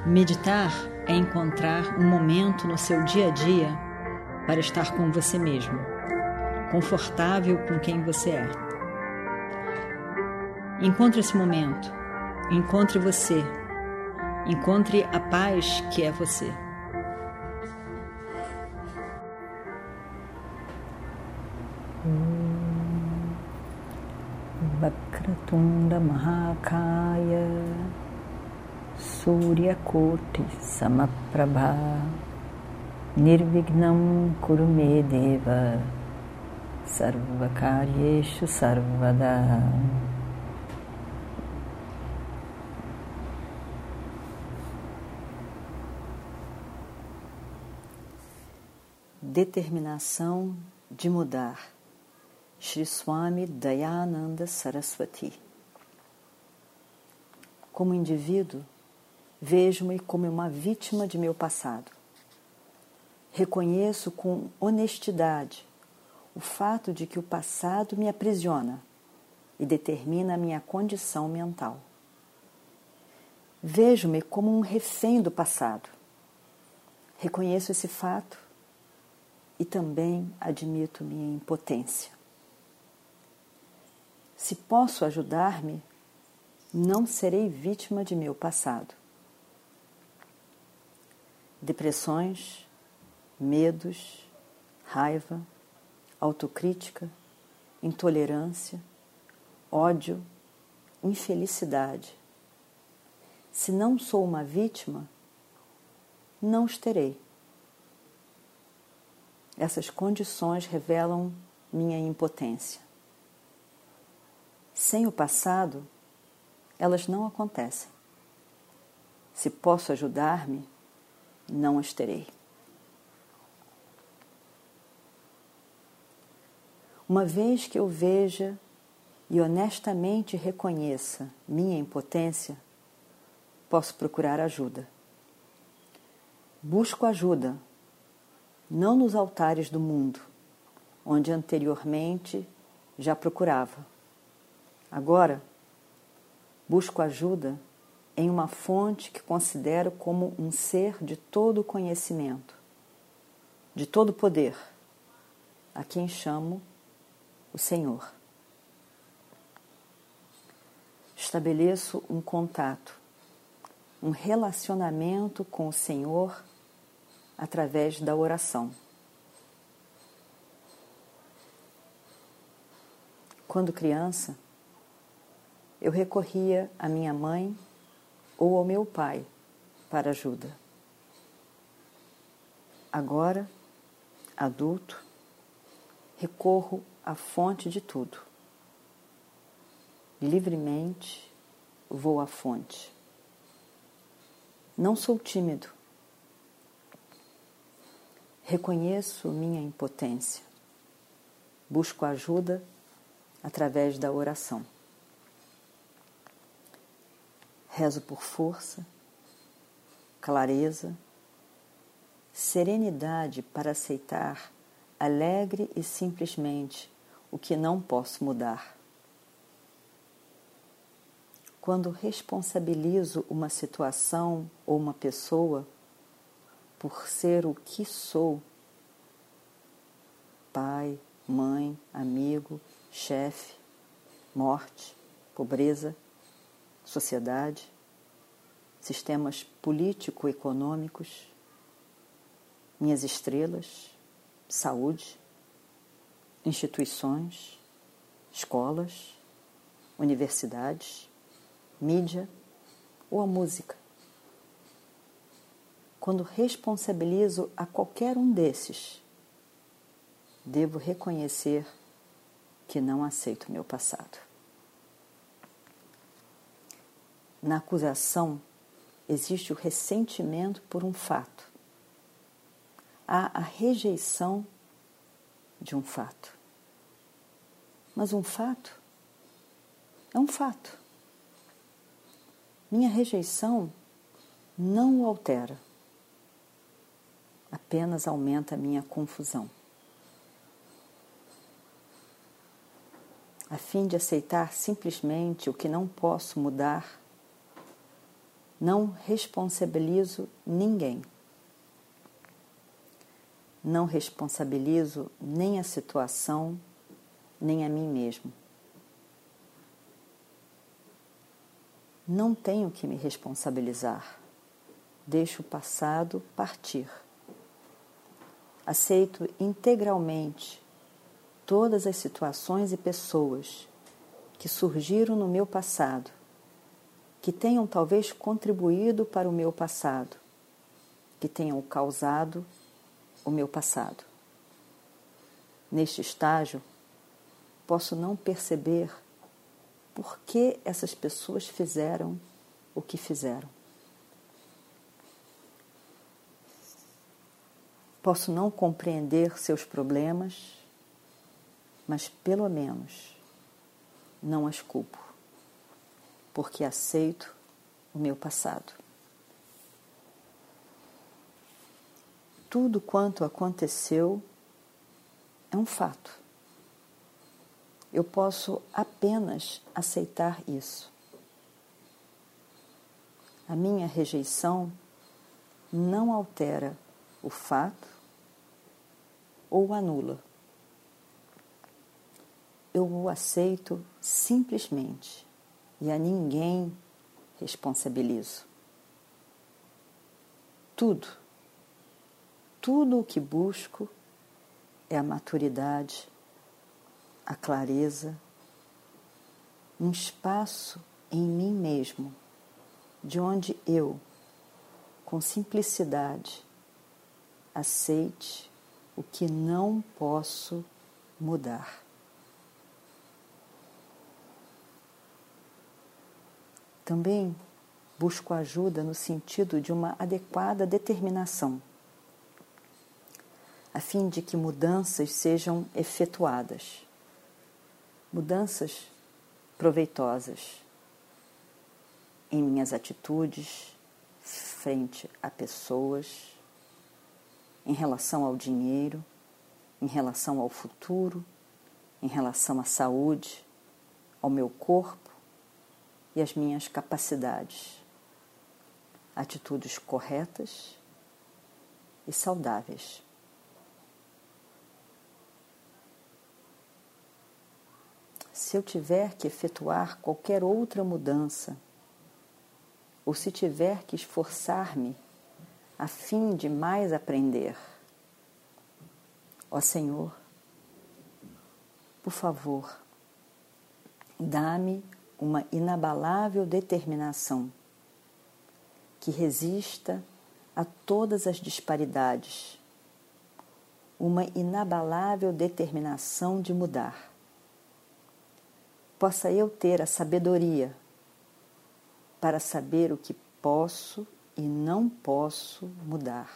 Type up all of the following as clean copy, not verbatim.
Meditar é encontrar um momento no seu dia a dia para estar com você mesmo, confortável com quem você é. Encontre esse momento, encontre você, encontre a paz que é você. Vakratunda Mahakaya Surya Koti Samaprabha Nirvignam Kurumedeva Sarvakaryeshu Sarvada. Determinação de mudar. Shri Swami Dayananda Saraswati. Como indivíduo, vejo-me como uma vítima de meu passado. Reconheço com honestidade o fato de que o passado me aprisiona e determina a minha condição mental. Vejo-me como um refém do passado. Reconheço esse fato e também admito minha impotência. Se posso ajudar-me, não serei vítima de meu passado. Depressões, medos, raiva, autocrítica, intolerância, ódio, infelicidade. Se não sou uma vítima, não os terei. Essas condições revelam minha impotência. Sem o passado, elas não acontecem. Se posso ajudar-me, não as terei. Uma vez que eu veja e honestamente reconheça minha impotência, posso procurar ajuda. Busco ajuda, não nos altares do mundo, onde anteriormente já procurava. Agora, busco ajuda em uma fonte que considero como um ser de todo conhecimento, de todo poder, a quem chamo o Senhor. Estabeleço um contato, um relacionamento com o Senhor através da oração. Quando criança, eu recorria à minha mãe ou ao meu pai para ajuda. Agora, adulto, recorro à fonte de tudo. Livremente vou à fonte. Não sou tímido. Reconheço minha impotência. Busco ajuda através da oração. Rezo por força, clareza, serenidade para aceitar alegre e simplesmente o que não posso mudar. Quando responsabilizo uma situação ou uma pessoa por ser o que sou, pai, mãe, amigo, chefe, morte, pobreza, sociedade, sistemas político-econômicos, minhas estrelas, saúde, instituições, escolas, universidades, mídia ou a música. Quando responsabilizo a qualquer um desses, devo reconhecer que não aceito meu passado. Na acusação, existe o ressentimento por um fato. Há a rejeição de um fato. Mas um fato é um fato. Minha rejeição não o altera. Apenas aumenta a minha confusão. A fim de aceitar simplesmente o que não posso mudar, Não responsabilizo ninguém. Não responsabilizo nem a situação, nem a mim mesmo. Não tenho que me responsabilizar. Deixo o passado partir. Aceito integralmente todas as situações e pessoas que surgiram no meu passado, que tenham talvez contribuído para o meu passado, que tenham causado o meu passado. Neste estágio, posso não perceber por que essas pessoas fizeram o que fizeram. Posso não compreender seus problemas, mas pelo menos não as culpo, porque aceito o meu passado. Tudo quanto aconteceu é um fato. Eu posso apenas aceitar isso. A minha rejeição não altera o fato ou o anula. Eu o aceito simplesmente e a ninguém responsabilizo. Tudo o que busco é a maturidade, a clareza, um espaço em mim mesmo, de onde eu, com simplicidade, aceite o que não posso mudar. Também busco ajuda no sentido de uma adequada determinação, a fim de que mudanças sejam efetuadas. Mudanças proveitosas em minhas atitudes, frente a pessoas, em relação ao dinheiro, em relação ao futuro, em relação à saúde, ao meu corpo e às minhas capacidades. Atitudes corretas e saudáveis. Se eu tiver que efetuar qualquer outra mudança, ou se tiver que esforçar-me a fim de mais aprender, ó Senhor, por favor, dá-me uma inabalável determinação que resista a todas as disparidades, uma inabalável determinação de mudar. Possa eu ter a sabedoria para saber o que posso e não posso mudar.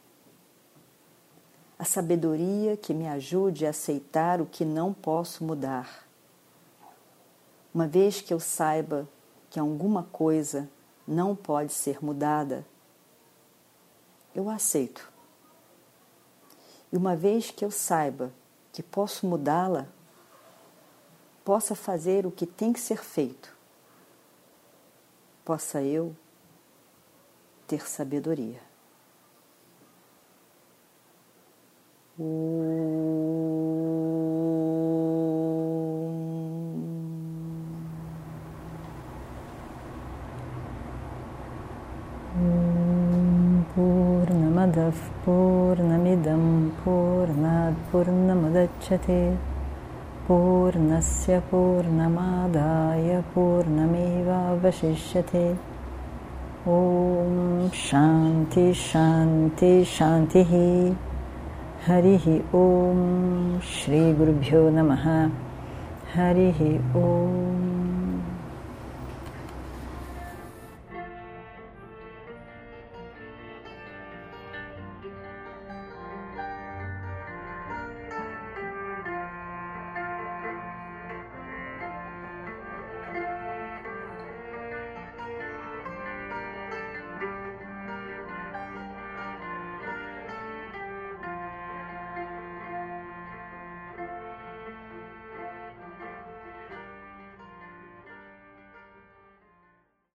A sabedoria que me ajude a aceitar o que não posso mudar. Uma vez que eu saiba que alguma coisa não pode ser mudada, eu a aceito. E uma vez que eu saiba que posso mudá-la, possa fazer o que tem que ser feito, possa eu ter sabedoria. Purnamadav Purnamidam Purnat Purnamadachyate Purnasya Purnamadaya Purnameva Vashishyate Om Shanti Shanti Shantihi Harihi Om Shri Gurubhyo Namaha Harihi Om